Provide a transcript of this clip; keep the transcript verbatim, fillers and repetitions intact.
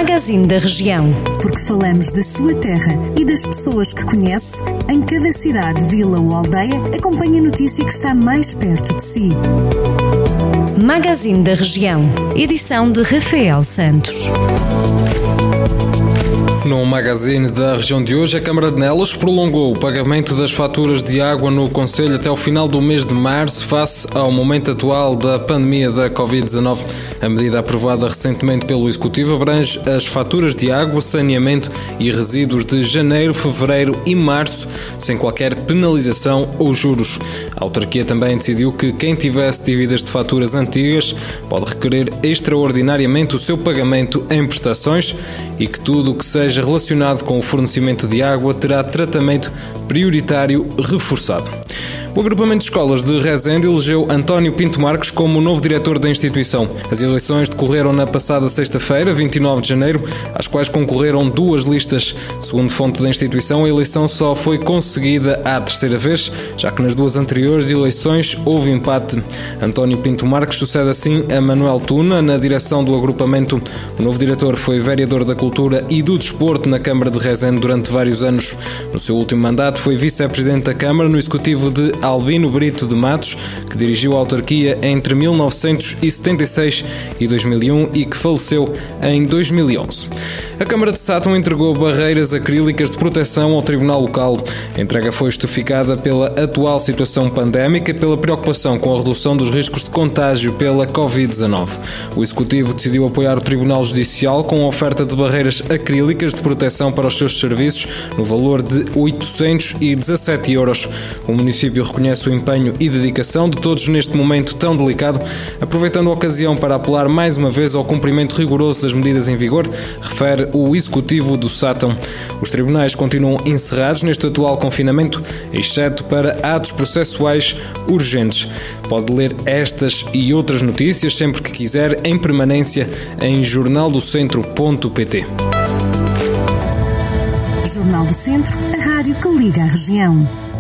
Magazine da Região. Porque falamos da sua terra e das pessoas que conhece, em cada cidade, vila ou aldeia, acompanhe a notícia que está mais perto de si. Magazine da Região. Edição de Rafael Santos. No Magazine da Região de hoje, a Câmara de Nelas prolongou o pagamento das faturas de água no concelho até ao final do mês de março, face ao momento atual da pandemia da covid dezanove. A medida aprovada recentemente pelo Executivo abrange as faturas de água, saneamento e resíduos de janeiro, fevereiro e março, sem qualquer penalização ou juros. A autarquia também decidiu que quem tivesse dívidas de faturas antigas pode requerer extraordinariamente o seu pagamento em prestações e que tudo o que seja relacionado com o fornecimento de água terá tratamento prioritário reforçado. O agrupamento de escolas de Rezende elegeu António Pinto Marques como novo diretor da instituição. As eleições decorreram na passada sexta-feira, vinte e nove de janeiro, às quais concorreram duas listas. Segundo fonte da instituição, a eleição só foi conseguida à terceira vez, já que nas duas anteriores eleições houve empate. António Pinto Marques sucede assim a Manuel Tuna na direção do agrupamento. O novo diretor foi vereador da Cultura e do Desporto na Câmara de Rezende durante vários anos. No seu último mandato foi vice-presidente da Câmara no executivo de Albino Brito de Matos, que dirigiu a autarquia entre mil novecentos e setenta e seis e dois mil e um e que faleceu em dois mil e onze. A Câmara de Sátão entregou barreiras acrílicas de proteção ao Tribunal Local. A entrega foi justificada pela atual situação pandémica e pela preocupação com a redução dos riscos de contágio pela covid dezanove. O Executivo decidiu apoiar o Tribunal Judicial com a oferta de barreiras acrílicas de proteção para os seus serviços no valor de oitocentos e dezassete euros. O município reconhece o empenho e dedicação de todos neste momento tão delicado, aproveitando a ocasião para apelar mais uma vez ao cumprimento rigoroso das medidas em vigor, refere o Executivo do Sátão. Os tribunais continuam encerrados neste atual confinamento, exceto para atos processuais urgentes. Pode ler estas e outras notícias sempre que quiser em permanência em jornal do centro ponto pt. Jornal do Centro, a rádio que liga a região.